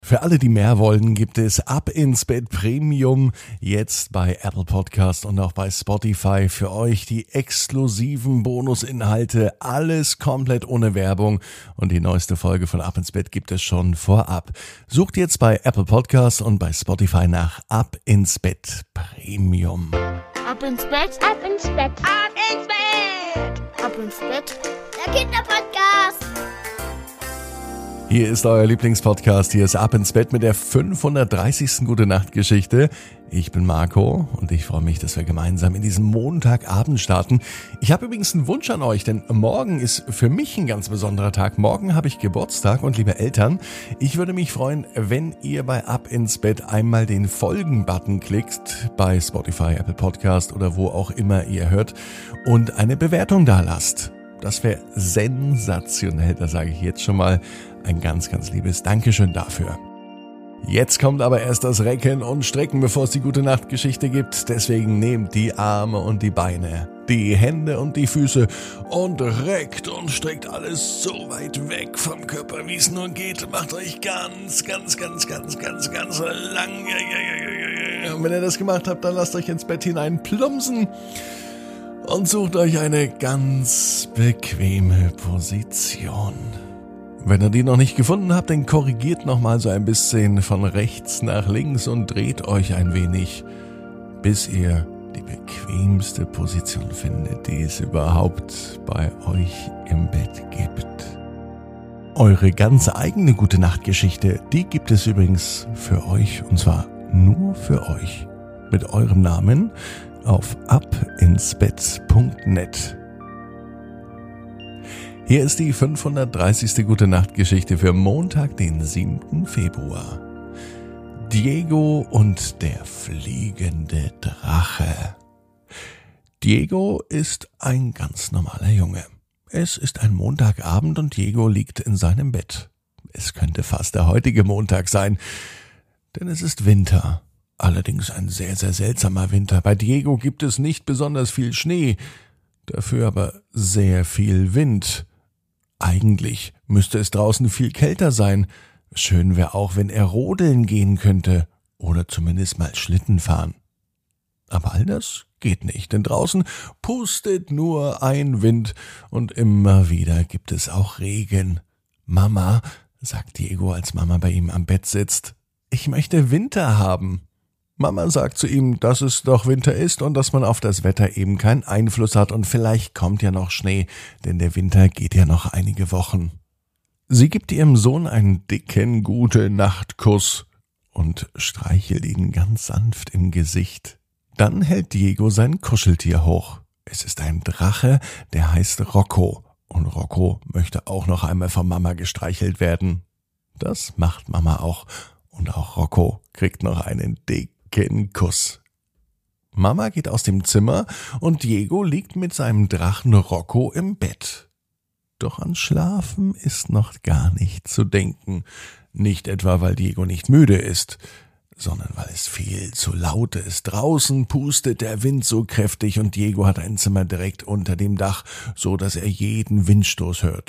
Für alle, die mehr wollen, gibt es Ab ins Bett Premium jetzt bei Apple Podcast und auch bei Spotify für euch die exklusiven Bonusinhalte, alles komplett ohne Werbung und die neueste Folge von Ab ins Bett gibt es schon vorab. Sucht jetzt bei Apple Podcast und bei Spotify nach Ab ins Bett Premium. Ab ins Bett, ab ins Bett, ab ins Bett, ab ins Bett, der Kinderpodcast. Hier ist euer Lieblingspodcast, hier ist Ab ins Bett mit der 530. Gute-Nacht-Geschichte. Ich bin Marco und ich freue mich, dass wir gemeinsam in diesen Montagabend starten. Ich habe übrigens einen Wunsch an euch, denn morgen ist für mich ein ganz besonderer Tag. Morgen habe ich Geburtstag und liebe Eltern, ich würde mich freuen, wenn ihr bei Ab ins Bett einmal den Folgen-Button klickt, bei Spotify, Apple Podcast oder wo auch immer ihr hört und eine Bewertung da lasst. Das wäre sensationell, da sage ich jetzt schon mal ein ganz, ganz liebes Dankeschön dafür. Jetzt kommt aber erst das Recken und Strecken, bevor es die Gute-Nacht-Geschichte gibt. Deswegen nehmt die Arme und die Beine, die Hände und die Füße und reckt und streckt alles so weit weg vom Körper, wie es nur geht. Macht euch ganz lang. Und wenn ihr das gemacht habt, dann lasst euch ins Bett hinein plumpsen. Und sucht euch eine ganz bequeme Position. Wenn ihr die noch nicht gefunden habt, dann korrigiert nochmal so ein bisschen von rechts nach links und dreht euch ein wenig, bis ihr die bequemste Position findet, die es überhaupt bei euch im Bett gibt. Eure ganz eigene Gute-Nacht-Geschichte, die gibt es übrigens für euch, und zwar nur für euch, mit eurem Namen auf abinsbett.net. Hier ist die 530. Gute-Nacht-Geschichte für Montag, den 7. Februar. Diego und der fliegende Drache. Diego ist ein ganz normaler Junge. Es ist ein Montagabend und Diego liegt in seinem Bett. Es könnte fast der heutige Montag sein, denn es ist Winter. Allerdings ein sehr, sehr seltsamer Winter. Bei Diego gibt es nicht besonders viel Schnee, dafür aber sehr viel Wind. Eigentlich müsste es draußen viel kälter sein. Schön wäre auch, wenn er rodeln gehen könnte oder zumindest mal Schlitten fahren. Aber all das geht nicht, denn draußen pustet nur ein Wind und immer wieder gibt es auch Regen. Mama, sagt Diego, als Mama bei ihm am Bett sitzt, ich möchte Winter haben. Mama sagt zu ihm, dass es doch Winter ist und dass man auf das Wetter eben keinen Einfluss hat und vielleicht kommt ja noch Schnee, denn der Winter geht ja noch einige Wochen. Sie gibt ihrem Sohn einen dicken Gute-Nacht-Kuss und streichelt ihn ganz sanft im Gesicht. Dann hält Diego sein Kuscheltier hoch. Es ist ein Drache, der heißt Rocco und Rocco möchte auch noch einmal von Mama gestreichelt werden. Das macht Mama auch und auch Rocco kriegt noch einen dicken Kuss. Mama geht aus dem Zimmer und Diego liegt mit seinem Drachen Rocco im Bett. Doch an Schlafen ist noch gar nicht zu denken. Nicht etwa, weil Diego nicht müde ist, sondern weil es viel zu laut ist. Draußen pustet der Wind so kräftig und Diego hat ein Zimmer direkt unter dem Dach, so dass er jeden Windstoß hört.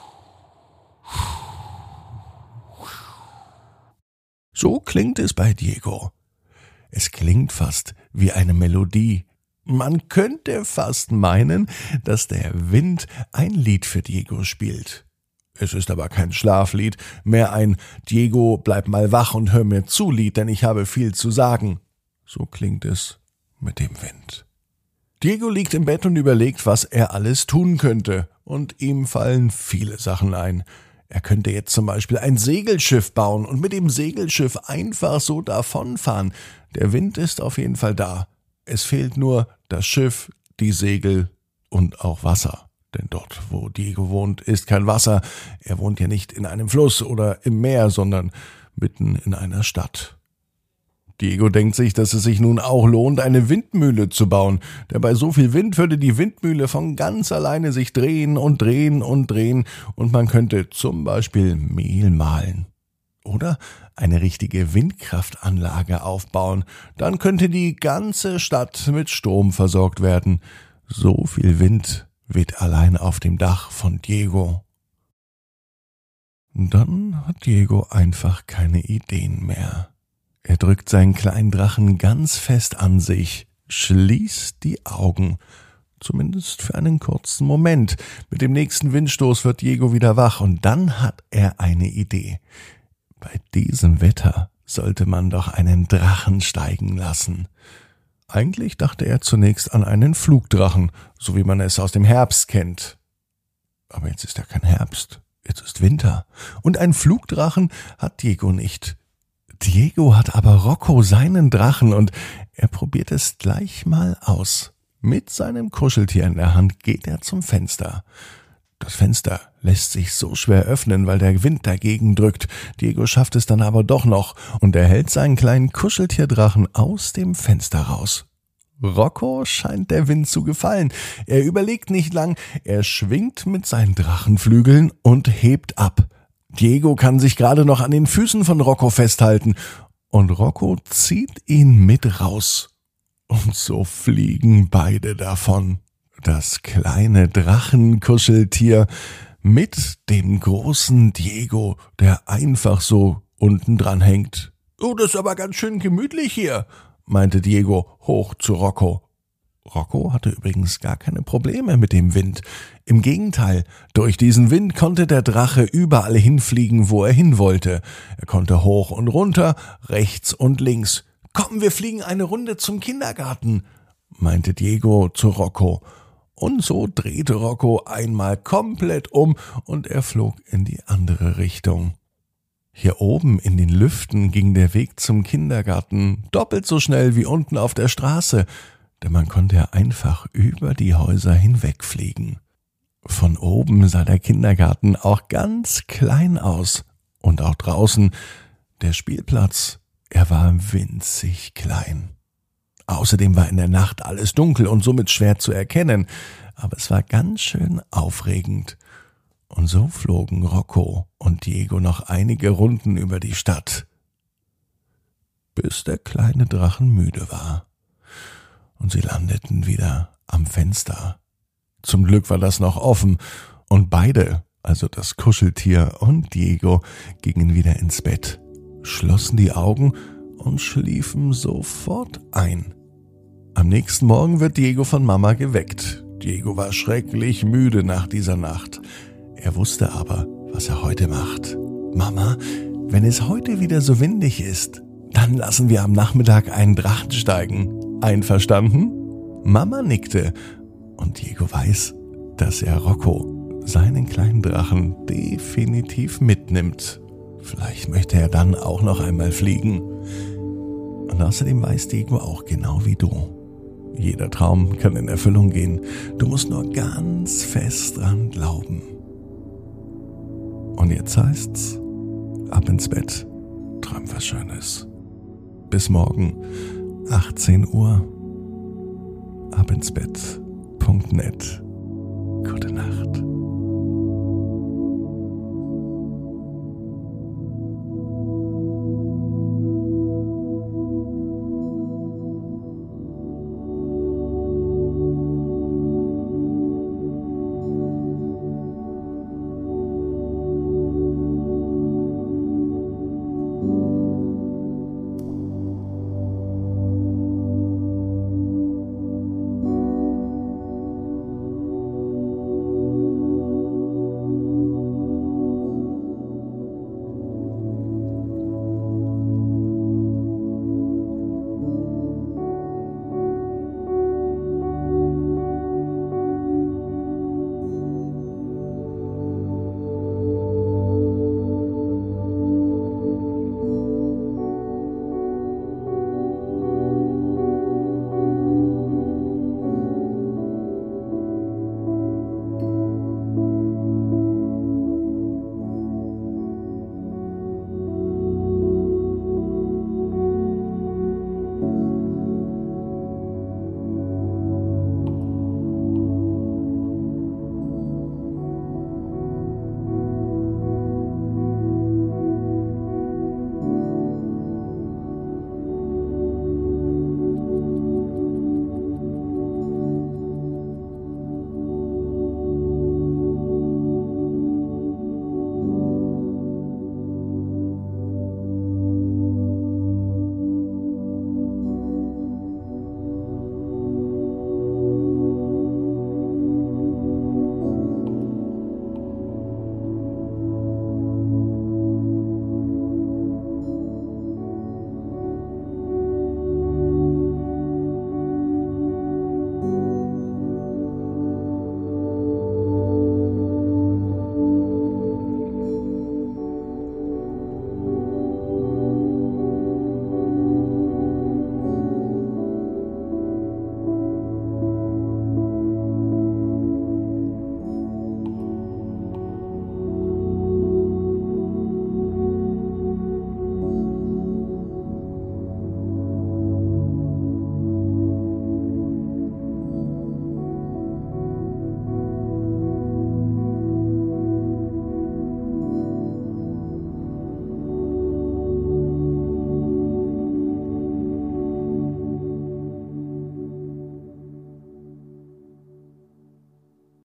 So klingt es bei Diego. Es klingt fast wie eine Melodie. Man könnte fast meinen, dass der Wind ein Lied für Diego spielt. Es ist aber kein Schlaflied, mehr ein Diego, bleib mal wach und hör mir zu Lied, denn ich habe viel zu sagen. So klingt es mit dem Wind. Diego liegt im Bett und überlegt, was er alles tun könnte, und ihm fallen viele Sachen ein. Er könnte jetzt zum Beispiel ein Segelschiff bauen und mit dem Segelschiff einfach so davonfahren. Der Wind ist auf jeden Fall da. Es fehlt nur das Schiff, die Segel und auch Wasser. Denn dort, wo Diego wohnt, ist kein Wasser. Er wohnt ja nicht in einem Fluss oder im Meer, sondern mitten in einer Stadt. Diego denkt sich, dass es sich nun auch lohnt, eine Windmühle zu bauen, denn bei so viel Wind würde die Windmühle von ganz alleine sich drehen und drehen und drehen und man könnte zum Beispiel Mehl mahlen. Oder eine richtige Windkraftanlage aufbauen, dann könnte die ganze Stadt mit Strom versorgt werden. So viel Wind weht allein auf dem Dach von Diego. Dann hat Diego einfach keine Ideen mehr. Er drückt seinen kleinen Drachen ganz fest an sich, schließt die Augen, zumindest für einen kurzen Moment. Mit dem nächsten Windstoß wird Diego wieder wach und dann hat er eine Idee. Bei diesem Wetter sollte man doch einen Drachen steigen lassen. Eigentlich dachte er zunächst an einen Flugdrachen, so wie man es aus dem Herbst kennt. Aber jetzt ist ja kein Herbst. Jetzt ist Winter. Und einen Flugdrachen hat Diego nicht. Diego hat aber Rocco, seinen Drachen, und er probiert es gleich mal aus. Mit seinem Kuscheltier in der Hand geht er zum Fenster. Das Fenster lässt sich so schwer öffnen, weil der Wind dagegen drückt. Diego schafft es dann aber doch noch und er hält seinen kleinen Kuscheltierdrachen aus dem Fenster raus. Rocco scheint der Wind zu gefallen. Er überlegt nicht lang, er schwingt mit seinen Drachenflügeln und hebt ab. Diego kann sich gerade noch an den Füßen von Rocco festhalten und Rocco zieht ihn mit raus. Und so fliegen beide davon. Das kleine Drachenkuscheltier mit dem großen Diego, der einfach so unten dran hängt. »Oh, das ist aber ganz schön gemütlich hier«, meinte Diego hoch zu Rocco. Rocco hatte übrigens gar keine Probleme mit dem Wind. Im Gegenteil, durch diesen Wind konnte der Drache überall hinfliegen, wo er hin wollte. Er konnte hoch und runter, rechts und links. »Komm, wir fliegen eine Runde zum Kindergarten«, meinte Diego zu Rocco. Und so drehte Rocco einmal komplett um und er flog in die andere Richtung. Hier oben in den Lüften ging der Weg zum Kindergarten doppelt so schnell wie unten auf der Straße, denn man konnte ja einfach über die Häuser hinwegfliegen. Von oben sah der Kindergarten auch ganz klein aus und auch draußen der Spielplatz, er war winzig klein. Außerdem war in der Nacht alles dunkel und somit schwer zu erkennen, aber es war ganz schön aufregend. Und so flogen Rocco und Diego noch einige Runden über die Stadt, bis der kleine Drachen müde war. Und sie landeten wieder am Fenster. Zum Glück war das noch offen und beide, also das Kuscheltier und Diego, gingen wieder ins Bett, schlossen die Augen und schliefen sofort ein. Am nächsten Morgen wird Diego von Mama geweckt. Diego war schrecklich müde nach dieser Nacht. Er wusste aber, was er heute macht. »Mama, wenn es heute wieder so windig ist, dann lassen wir am Nachmittag einen Drachen steigen. Einverstanden?« Mama nickte und Diego weiß, dass er Rocco, seinen kleinen Drachen, definitiv mitnimmt. Vielleicht möchte er dann auch noch einmal fliegen. Und außerdem weiß Diego auch genau wie du. Jeder Traum kann in Erfüllung gehen. Du musst nur ganz fest dran glauben. Und jetzt heißt's, ab ins Bett, träum was Schönes. Bis morgen, 18 Uhr. Abinsbett.net. Gute Nacht.